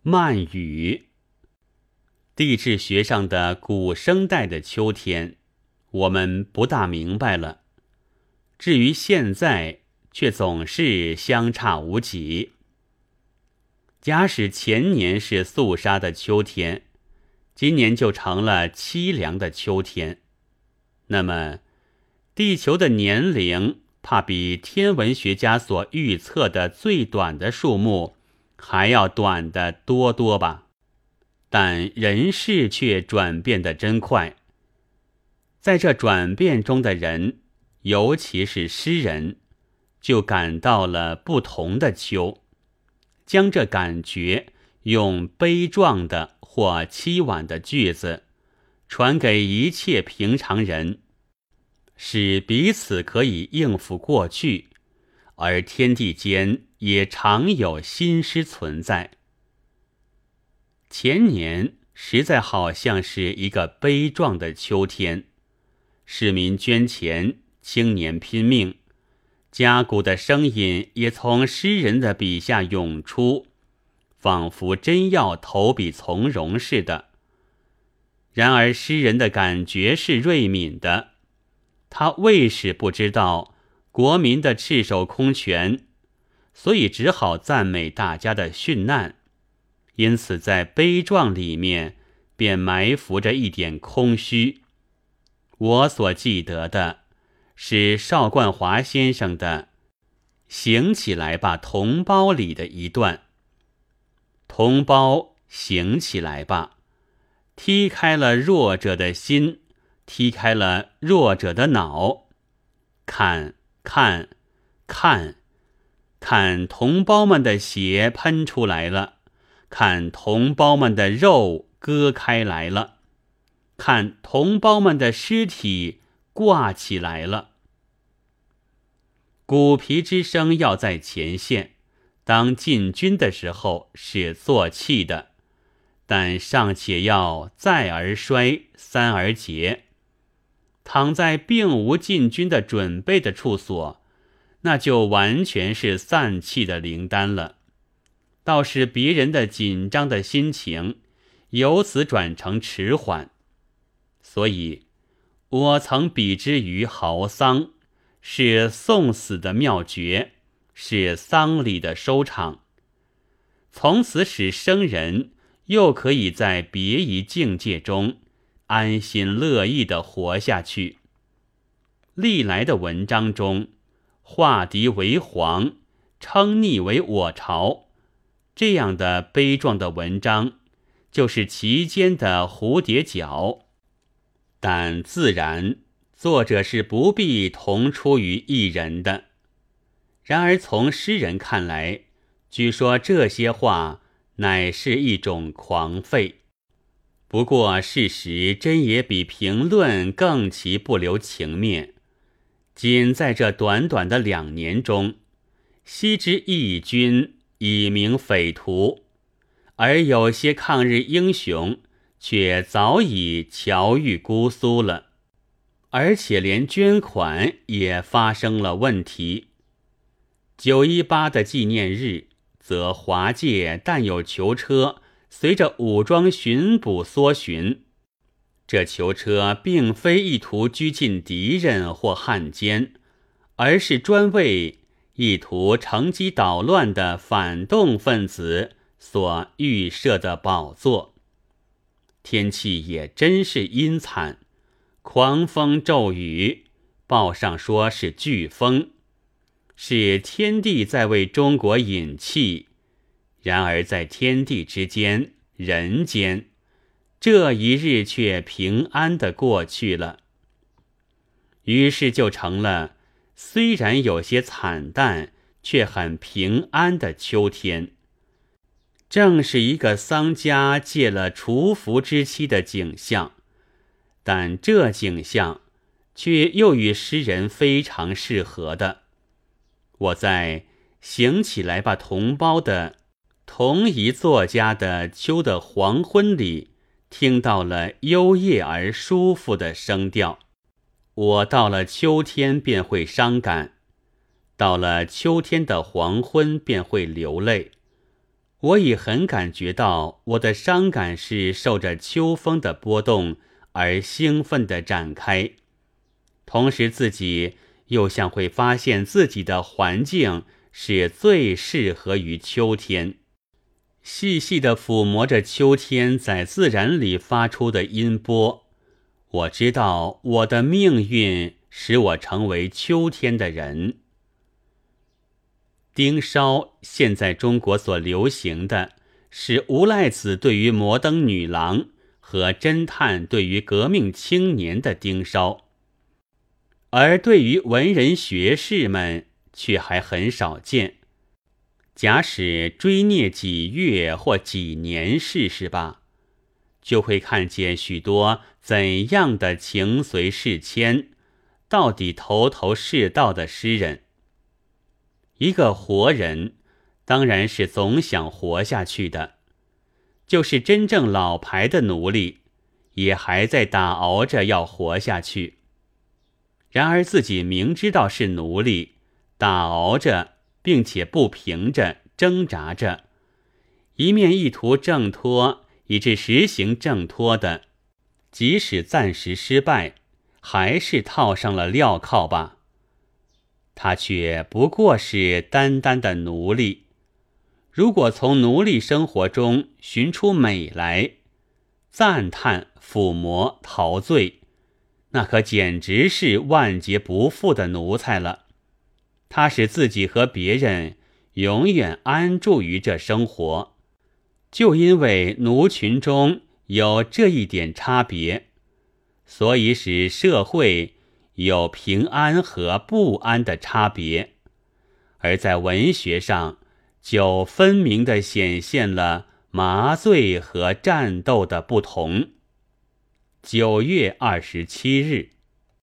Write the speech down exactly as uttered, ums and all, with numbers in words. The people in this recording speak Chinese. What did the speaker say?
慢雨。地质学上的古生代的秋天，我们不大明白了，至于现在，却总是相差无几。假使前年是肃杀的秋天，今年就成了凄凉的秋天，那么地球的年龄怕比天文学家所预测的最短的数目还要短得多多吧。但人事却转变得真快，在这转变中的人，尤其是诗人，就感到了不同的秋，将这感觉用悲壮的或凄婉的句子传给一切平常人，使彼此可以应付过去，而天地间也常有新诗存在。前年实在好像是一个悲壮的秋天，市民捐钱，青年拼命，甲骨的声音也从诗人的笔下涌出，仿佛真要投笔从戎似的。然而诗人的感觉是锐敏的，他未使不知道国民的赤手空拳，所以只好赞美大家的殉难，因此在悲壮里面便埋伏着一点空虚。我所记得的是邵冠华先生的醒起来吧同胞里的一段：同胞醒起来吧，踢开了弱者的心，踢开了弱者的脑，看看看，看同胞们的血喷出来了，看同胞们的肉割开来了，看同胞们的尸体挂起来了。鼓皮之声要在前线，当进军的时候是作气的，但尚且要再而衰，三而竭。倘在并无进军的准备的处所，那就完全是散气的灵丹了，倒使别人的紧张的心情由此转成迟缓。所以我曾比之于嚎丧，是送死的妙诀，是丧礼的收场，从此使生人又可以在别一境界中安心乐意地活下去。历来的文章中，化敌为皇，称逆为我朝，这样的悲壮的文章，就是其间的蝴蝶角。但自然作者是不必同出于一人的。然而从诗人看来，据说这些话乃是一种狂吠。不过事实真也比评论更其不留情面。仅在这短短的两年中，西之义军以名匪徒，而有些抗日英雄却早已侨寓姑苏了，而且连捐款也发生了问题。九一八的纪念日，则华界但有囚车随着武装巡捕搜寻，这囚车并非意图拘禁敌人或汉奸，而是专为意图乘机捣乱的反动分子所预设的宝座。天气也真是阴惨，狂风骤雨，报上说是飓风，是天地在为中国引气。然而在天地之间，人间这一日却平安地过去了。于是就成了虽然有些惨淡，却很平安的秋天。正是一个丧家借了除服之期的景象，但这景象却又与诗人非常适合的。我在醒起来吧同胞的同一作家的秋的黄昏里，听到了幽咽而舒服的声调。我到了秋天便会伤感，到了秋天的黄昏便会流泪。 我已很感觉到我的伤感是受着秋风的波动而兴奋地展开，同时自己又像会发现自己的环境是最适合于秋天，细细地抚摸着秋天在自然里发出的音波。我知道我的命运使我成为秋天的人。盯梢现在中国所流行的是无赖子对于摩登女郎和侦探对于革命青年的盯梢，而对于文人学士们却还很少见。假使追念几月或几年试试吧，就会看见许多怎样的情随事迁，到底头头是道的诗人。一个活人当然是总想活下去的，就是真正老牌的奴隶也还在打熬着要活下去。然而自己明知道是奴隶，打熬着并且不平着挣扎着，一面意图挣脱以致实行挣脱的，即使暂时失败，还是套上了镣铐吧。他却不过是单单的奴隶。如果从奴隶生活中寻出美来，赞叹、抚摸、陶醉，那可简直是万劫不复的奴才了。他使自己和别人永远安住于这生活，就因为奴群中有这一点差别，所以使社会有平安和不安的差别，而在文学上就分明地显现了麻醉和战斗的不同。九月二十七日。